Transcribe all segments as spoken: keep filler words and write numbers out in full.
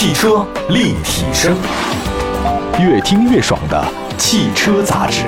汽车立体声，越听越爽的汽车杂志。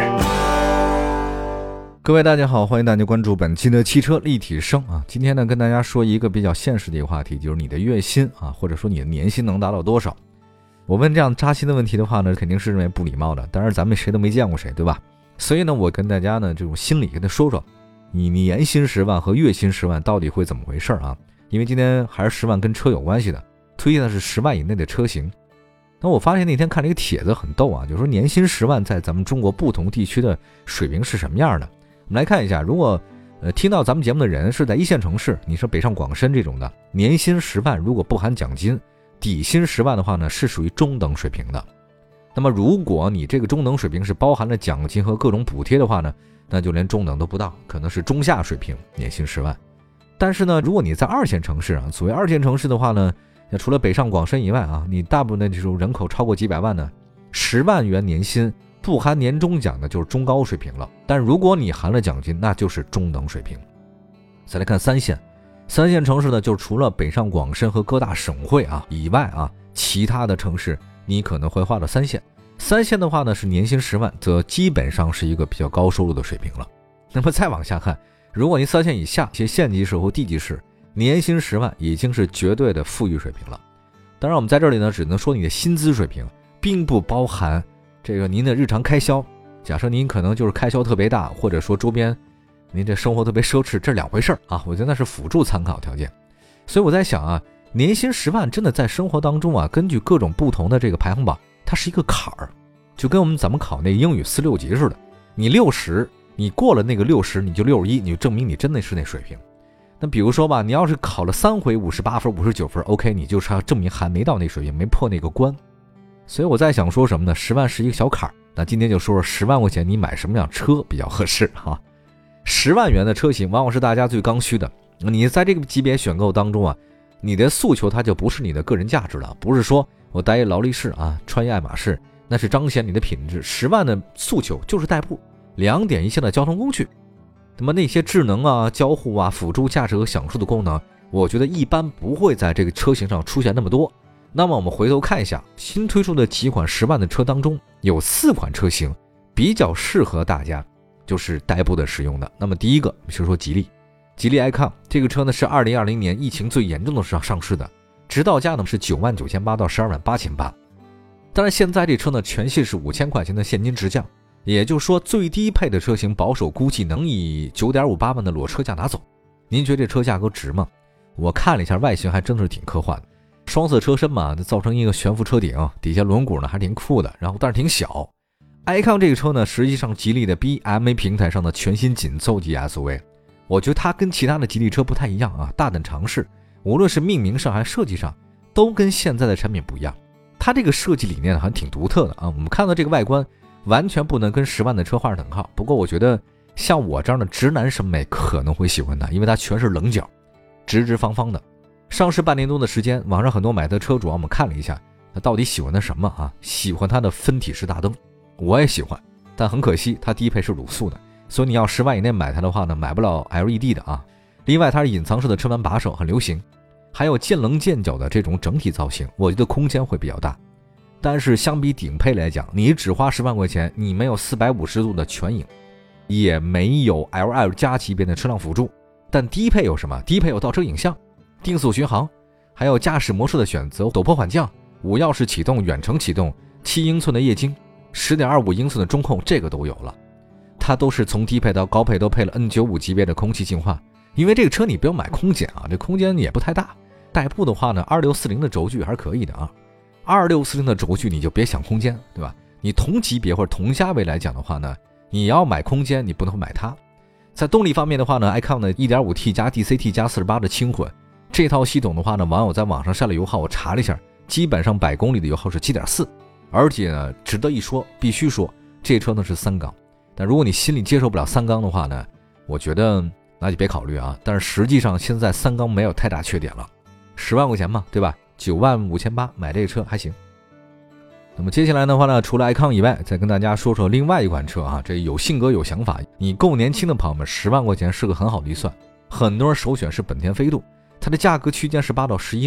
各位大家好，欢迎大家关注本期的汽车立体声啊。今天呢，跟大家说一个比较现实的一个话题，就是你的月薪啊，或者说你的年薪能达到多少？我问这样扎心的问题的话呢，肯定是认为不礼貌的。当然，咱们谁都没见过谁，对吧？所以呢，我跟大家呢这种心理跟他说说，你年薪十万和月薪十万到底会怎么回事啊？因为今天还是十万跟车有关系的，推荐的是十万以内的车型。那我发现那天看了一个帖子很逗啊，就是说年薪十万在咱们中国不同地区的水平是什么样的？我们来看一下，如果呃听到咱们节目的人是在一线城市，你是北上广深这种的，年薪十万如果不含奖金，底薪十万的话呢，是属于中等水平的。那么如果你这个中等水平是包含了奖金和各种补贴的话呢，那就连中等都不到，可能是中下水平，年薪十万。但是呢，如果你在二线城市啊，所谓二线城市的话呢，除了北上广深以外啊，你大部分的这种人口超过几百万呢，十万元年薪不含年终奖的就是中高水平了，但如果你含了奖金，那就是中等水平。再来看三线，三线城市呢，就除了北上广深和各大省会啊以外啊，其他的城市你可能会划到三线。三线的话呢，是年薪十万，则基本上是一个比较高收入的水平了。那么再往下看，如果您三线以下一些县级市或地级市，年薪十万已经是绝对的富裕水平了。当然我们在这里呢，只能说你的薪资水平，并不包含这个您的日常开销。假设您可能就是开销特别大，或者说周边您这生活特别奢侈，这两回事啊，我觉得那是辅助参考条件。所以我在想啊，年薪十万真的在生活当中啊，根据各种不同的这个排行榜，它是一个坎儿，就跟我们咱们考那个英语四六级似的，你六十，你过了那个六十，你就六十一，你就证明你真的是那水平。那比如说吧，你要是考了三回五十八分、五十九分 ，OK， 你就是要证明还没到那水平，没破那个关。所以我在想说什么呢？十万是一个小坎儿。那今天就说说十万块钱你买什么样车比较合适哈？十万元的车型往往是大家最刚需的。你在这个级别选购当中啊，你的诉求它就不是你的个人价值了，不是说我带一劳力士啊，穿一爱马仕，那是彰显你的品质。十万的诉求就是代步，两点一线的交通工具。那么那些智能啊、交互啊、辅助驾驶和享受的功能，我觉得一般不会在这个车型上出现那么多。那么我们回头看一下新推出的几款十万的车当中，有四款车型比较适合大家就是代步的使用的。那么第一个是说吉利，吉利 icon 这个车呢是二零二零年疫情最严重的时候上市的，指导价呢是九万九千八到十二万八千八。当然现在这车呢全系是五千块钱的现金直降，也就是说最低配的车型保守估计能以 九点五八万的裸车价拿走。您觉得这车价格值吗？我看了一下外形还真的是挺科幻的，双色车身嘛，造成一个悬浮车顶，底下轮毂呢还挺酷的，然后但是挺小。icon 这个车呢，实际上吉利的 B M A 平台上的全新紧凑级 S U V， 我觉得它跟其他的吉利车不太一样啊，大胆尝试，无论是命名上还是设计上，都跟现在的产品不一样。它这个设计理念还挺独特的啊，我们看到这个外观完全不能跟十万的车画上等号。不过我觉得像我这样的直男审美可能会喜欢它，因为它全是棱角，直直方方的。上市半年多的时间，网上很多买的车主啊，我们看了一下，他到底喜欢的什么啊？喜欢它的分体式大灯，我也喜欢，但很可惜它低配是卤素的，所以你要十万以内买它的话呢，买不了 L E D 的啊。另外它是隐藏式的车门把手，很流行，还有见棱见角的这种整体造型，我觉得空间会比较大。但是相比顶配来讲，你只花十万块钱，你没有四百五十度的全影，也没有 L L 加级别的车辆辅助，但低配有什么？低配有倒车影像、定速巡航，还有驾驶模式的选择，陡坡缓降、无钥匙启动、远程启动、七英寸的液晶、十点二五英寸的中控，这个都有了。它都是从低配到高配都配了 N 九十五 级别的空气净化。因为这个车你不用买空间啊，这空间也不太大。代步的话呢，二六四零的轴距还是可以的啊。二六四零的轴距你就别想空间，对吧？你同级别或者同价位来讲的话呢，你要买空间，你不能买它。在动力方面的话呢 ，icon 的 一点五 T 加 D C T 加四十八的轻混，这套系统的话呢，网友在网上下了油耗，我查了一下，基本上百公里的油耗是 七点四， 而且呢，值得一说，必须说，这车呢是三缸。但如果你心里接受不了三缸的话呢，我觉得那就别考虑啊。但是实际上现在三缸没有太大缺点了，十万块钱嘛，对吧？九万五千八买这个车还行。那么接下来的话呢，除了 icon 以外，再跟大家说说另外一款车啊，这有性格有想法，你够年轻的朋友们，十万块钱是个很好的预算。很多人首选是本田飞度，它的价格区间是八到十一万。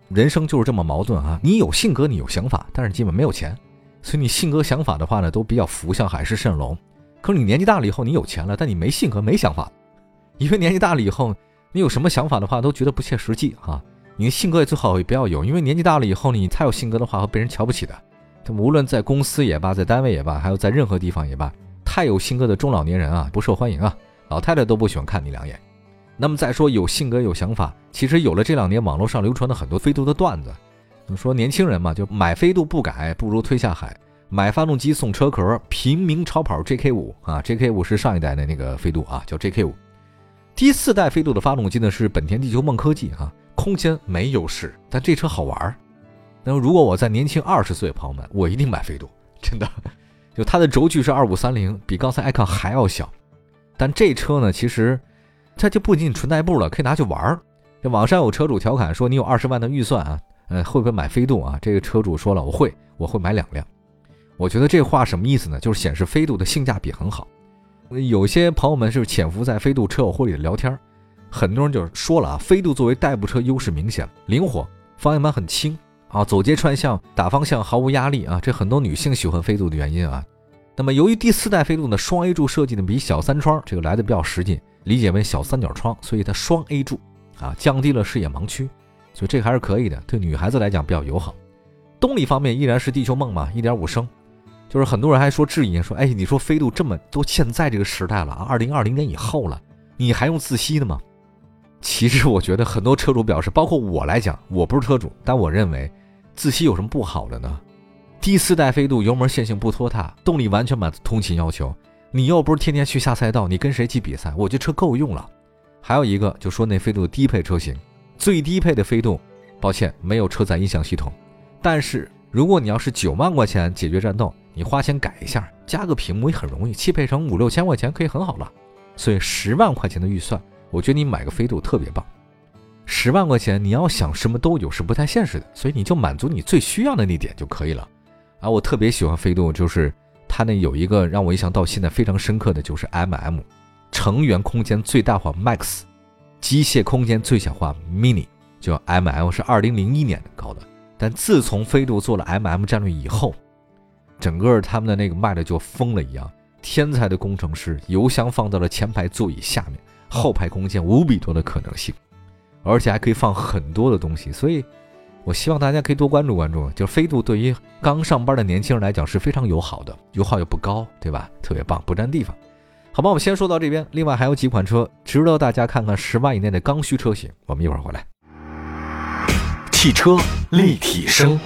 人生就是这么矛盾啊，你有性格你有想法，但是基本没有钱，所以你性格想法的话呢都比较浮，像海市蜃楼。可是你年纪大了以后你有钱了，但你没性格没想法，因为年纪大了以后你有什么想法的话都觉得不切实际啊。你的性格也最好也不要有，因为年纪大了以后你太有性格的话会被人瞧不起的。无论在公司也罢，在单位也罢，还有在任何地方也罢，太有性格的中老年人啊不受欢迎啊，老太太都不喜欢看你两眼。那么再说有性格有想法，其实有了这两年网络上流传的很多飞度的段子，说年轻人嘛，就买飞度不改不如推下海，买发动机送车壳，平民超跑 J K 五 啊 J K 五 是上一代的那个飞度啊，叫 J K 五。第四代飞度的发动机呢是本田地球梦科技啊，空间没优势，但这车好玩。那么如果我在年轻二十岁朋友们，我一定买飞度，真的。就它的轴距是二五三零，比刚才 Icon 还要小，但这车呢其实它就不仅仅纯代步了，可以拿去玩。这网上有车主调侃说，你有二十万的预算啊，呃，会不会买飞度啊？这个车主说了，我会，我会买两辆。我觉得这话什么意思呢？就是显示飞度的性价比很好。有些朋友们是潜伏在飞度车友会里聊天，很多人就说了啊，飞度作为代步车优势明显，灵活，方向盘很轻啊，走街串巷打方向毫无压力啊，这很多女性喜欢飞度的原因啊。那么由于第四代飞度的双 A 柱设计的比小三窗这个来的比较实际，理解为小三角窗，所以它双 A 柱啊，降低了视野盲区，所以这个还是可以的，对女孩子来讲比较友好。动力方面依然是地球梦嘛 一点五 升，就是很多人还说质疑说，哎，你说飞度这么都现在这个时代了啊，二零二零年以后了，你还用自吸的吗？其实我觉得很多车主表示，包括我来讲，我不是车主，但我认为自吸有什么不好的呢？第四代飞度油门线性不拖沓，动力完全满足通勤要求，你又不是天天去下赛道，你跟谁去比赛？我觉得车够用了。还有一个就说那飞度低配车型，最低配的飞度抱歉没有车载音响系统，但是如果你要是九万块钱解决战斗，你花钱改一下，加个屏幕也很容易，汽配成五六千块钱可以很好了。所以十万块钱的预算，我觉得你买个飞度特别棒。十万块钱你要想什么都有是不太现实的，所以你就满足你最需要的那点就可以了。啊，我特别喜欢飞度，就是它那有一个让我印象到现在非常深刻的就是 M M 成员空间最大化 Max， 机械空间最小化 Mini， 就 M M 是二零零一年搞的，但自从飞度做了 M M 战略以后，整个他们的那个卖的就疯了一样，天才的工程师，油箱放到了前排座椅下面，后排空间无比多的可能性，而且还可以放很多的东西，所以我希望大家可以多关注关注，就飞度对于刚上班的年轻人来讲是非常友好的，油耗又不高，对吧？特别棒，不占地方。好吧，我们先说到这边，另外还有几款车值得大家看看十万以内的刚需车型，我们一会儿回来。 汽车立体声，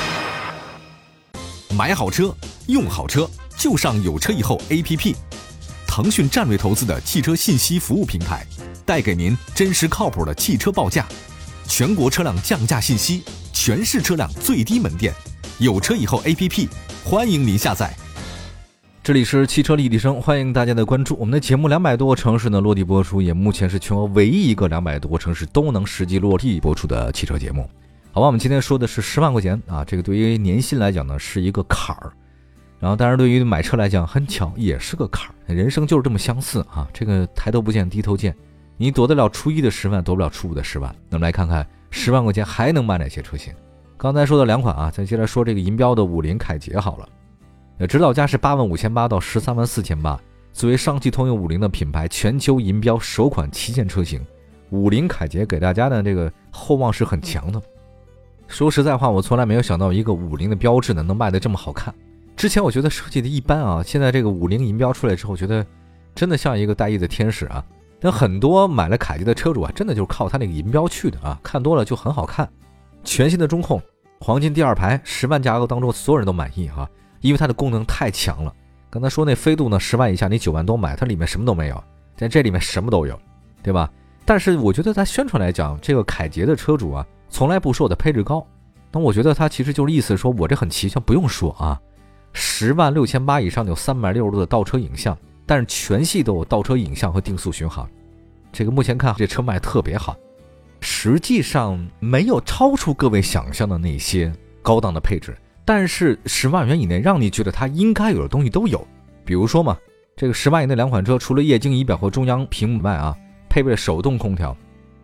买好车用好车就上有车以后 A P P， 腾讯战略投资的汽车信息服务平台，带给您真实靠谱的汽车报价，全国车辆降价信息，全市车辆最低门店，有车以后 A P P， 欢迎您下载。 这里是汽车立体声，欢迎大家的关注。我们的节目两百多个城市呢落地播出，也目前是全国唯一一个两百多个城市都能实际落地播出的汽车节目。好吧，我们今天说的是十万块钱啊，这个对于年薪来讲呢是一个坎儿，然后当然对于买车来讲很巧也是个坎儿，人生就是这么相似啊，这个抬头不见低头见，你躲得了初一的十万，躲不了初五的十万。那么来看看十万块钱还能买哪些车型。刚才说的两款啊，再接着说这个银标的五菱凯捷好了。指导价是八万五千八到十三万四千八，作为上汽通用五菱的品牌全球银标首款旗舰车型，五菱凯捷给大家的这个厚望是很强的。说实在话，我从来没有想到一个五菱的标志呢能卖得这么好看。之前我觉得设计的一般啊，现在这个五菱银标出来之后，觉得真的像一个带翼的天使啊。但很多买了凯捷的车主啊，真的就是靠它那个银标去的啊，看多了就很好看。全新的中控，黄金第二排，十万价格当中所有人都满意啊。因为它的功能太强了。刚才说那飞度呢，十万以下你九万多买，它里面什么都没有，在这里面什么都有，对吧？但是我觉得在宣传来讲，这个凯捷的车主啊，从来不说我的配置高，那我觉得它其实就是意思说我这很齐全，不用说啊。十万六千八以上有三百六十度的倒车影像，但是全系都有倒车影像和定速巡航。这个目前看这车卖特别好，实际上没有超出各位想象的那些高档的配置。但是十万元以内让你觉得它应该有的东西都有，比如说嘛，这个十万以内两款车除了液晶仪表和中央屏幕外啊，配备了手动空调，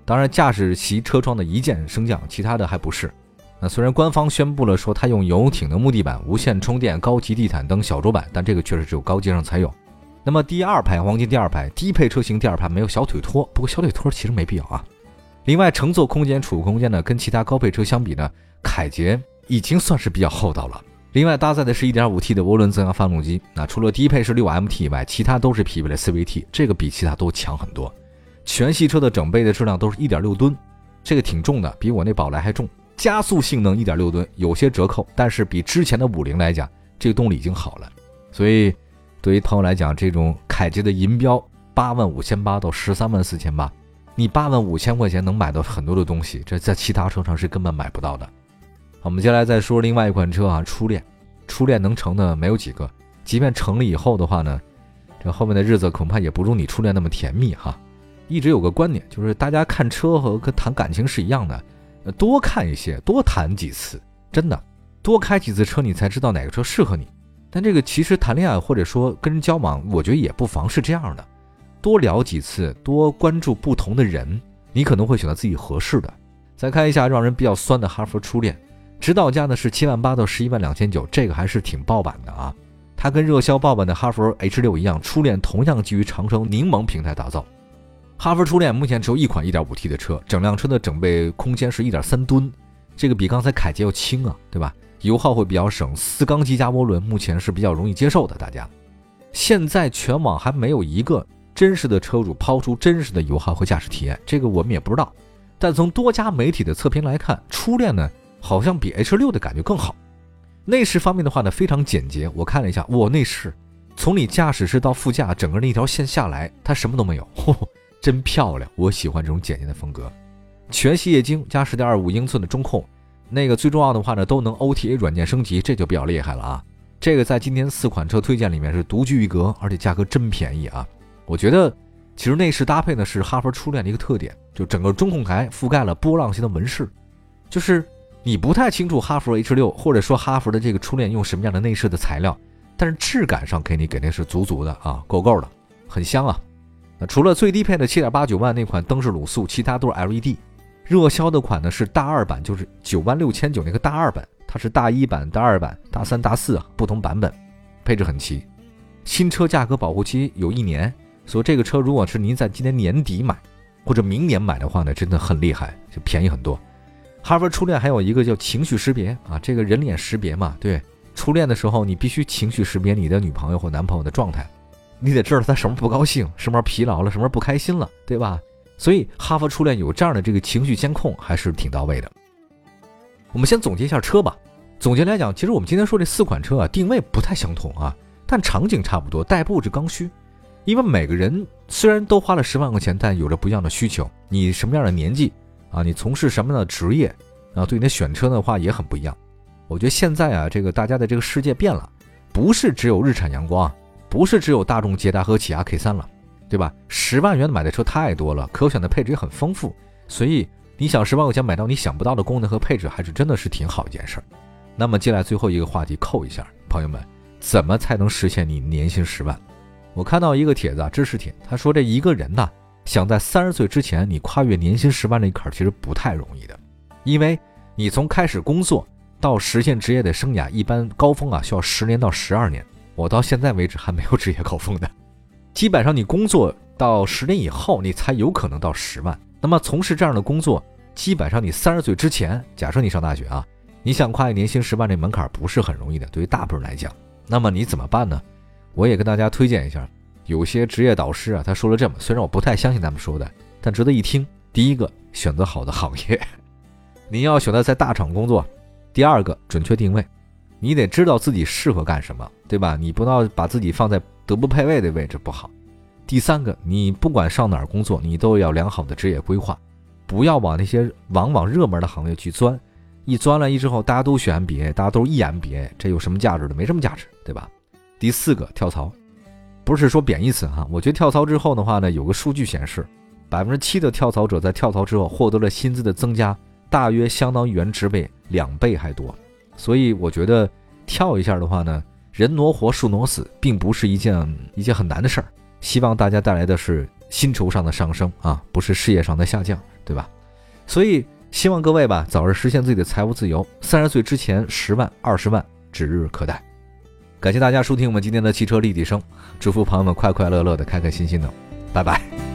当然驾驶席车窗的一键升降，其他的还不是。那虽然官方宣布了说它用游艇的木地板、无线充电、高级地毯等小桌板，但这个确实只有高阶上才有。那么第二排黄金第二排低配车型第二排没有小腿托，不过小腿托其实没必要啊。另外乘坐空间、储物空间呢，跟其他高配车相比呢，凯捷已经算是比较厚道了。另外搭载的是 一点五 T 的涡轮增压发动机，那除了低配是 六 M T 以外，其他都是匹配了 C V T， 这个比其他都强很多。全系车的整备的质量都是 一点六吨，这个挺重的，比我那宝来还重。加速性能 一点六吨，有些折扣，但是比之前的五菱来讲，这个动力已经好了。所以对于朋友来讲，这种凯捷的银标八万五千八到十三万四千八，你八万五千块钱能买到很多的东西，这在其他车上是根本买不到的。好，我们接下来再说另外一款车啊，初恋。初恋能成的没有几个，即便成了以后的话呢，这后面的日子恐怕也不如你初恋那么甜蜜哈。一直有个观点，就是大家看车和跟谈感情是一样的，多看一些，多谈几次，真的多开几次车，你才知道哪个车适合你。但这个其实谈恋爱或者说跟人交往，我觉得也不妨是这样的，多聊几次，多关注不同的人，你可能会选择自己合适的。再看一下让人比较酸的哈弗初恋，指导价呢是七万八到十一万两千九，这个还是挺爆版的啊。它跟热销爆版的哈弗 H 六 一样，初恋同样基于长城柠檬平台打造。哈弗初恋目前只有一款 一点五 T 的车，整辆车的整备空间是 一点三吨，这个比刚才凯捷要轻啊，对吧？油耗会比较省，四缸机加涡轮目前是比较容易接受的。大家现在全网还没有一个真实的车主抛出真实的油耗和驾驶体验，这个我们也不知道。但从多家媒体的测评来看，初恋呢好像比 H 六 的感觉更好。内饰方面的话呢非常简洁，我看了一下，哇，内饰从你驾驶室到副驾整个那条线下来，它什么都没有，呵呵，真漂亮，我喜欢这种简洁的风格。全系液晶加 十点二五英寸的中控，那个最重要的话呢都能 O T A 软件升级，这就比较厉害了啊。这个在今天四款车推荐里面是独具一格，而且价格真便宜啊。我觉得其实内饰搭配呢是哈弗初恋的一个特点，就整个中控台覆盖了波浪形的纹饰，就是你不太清楚哈弗 H 六 或者说哈弗的这个初恋用什么样的内饰的材料，但是质感上给你肯定是足足的啊，够够的，很香啊。那除了最低配的 七点八九万那款灯是卤素，其他都是 L E D。 热销的款呢是大二版，就是九万六千九那个大二版，它是大一版、大二版、大三、大四啊，不同版本，配置很齐。新车价格保护期有一年，所以这个车如果是您在今年年底买或者明年买的话呢，真的很厉害，就便宜很多。哈弗初恋还有一个叫情绪识别啊，这个人脸识别嘛，对，初恋的时候你必须情绪识别你的女朋友或男朋友的状态，你得知道他什么不高兴，什么疲劳了，什么不开心了，对吧？所以哈弗初恋有这样的这个情绪监控还是挺到位的。我们先总结一下车吧。总结来讲，其实我们今天说这四款车啊，定位不太相同啊，但场景差不多，代步是刚需。因为每个人虽然都花了十万块钱，但有着不一样的需求。你什么样的年纪啊，你从事什么样的职业啊，对你的选车的话也很不一样。我觉得现在啊，这个大家的这个世界变了，不是只有日产阳光，不是只有大众捷达和起亚 K 三 了，对吧？十万元买的车太多了，可选的配置也很丰富，所以你想十万块钱买到你想不到的功能和配置，还是真的是挺好一件事。那么接下来最后一个话题扣一下，朋友们，怎么才能实现你年薪十万？我看到一个帖子啊，知识帖，他说这一个人呢，想在三十岁之前你跨越年薪十万这一坎其实不太容易的，因为你从开始工作到实现职业的生涯，一般高峰啊需要十年到十二年，我到现在为止还没有职业高峰的。基本上你工作到十年以后，你才有可能到十万。那么从事这样的工作，基本上你三十岁之前，假设你上大学啊，你想跨越年薪十万这门槛不是很容易的，对于大部分人来讲。那么你怎么办呢？我也跟大家推荐一下，有些职业导师啊，他说了这么，虽然我不太相信他们说的，但值得一听。第一个，选择好的行业，你要选择在大厂工作。第二个，准确定位，你得知道自己适合干什么，对吧？你不要把自己放在德不配位的位置，不好。第三个，你不管上哪儿工作，你都要良好的职业规划，不要往那些往往热门的行业去钻，一钻了一之后，大家都选 M B A， 大家都是 E M B A， 这有什么价值的？没什么价值，对吧？第四个，跳槽，不是说贬义词哈，我觉得跳槽之后的话呢，有个数据显示，百分之七的跳槽者在跳槽之后获得了薪资的增加，大约相当于原职位两倍还多。所以我觉得跳一下的话呢，人挪活树挪死，并不是一件一件很难的事儿。希望大家带来的是薪酬上的上升啊，不是事业上的下降，对吧？所以希望各位吧早日实现自己的财务自由，三十岁之前十万二十万指日可待。感谢大家收听我们今天的汽车立体声，祝福朋友们快快乐乐的开开心心的，拜拜。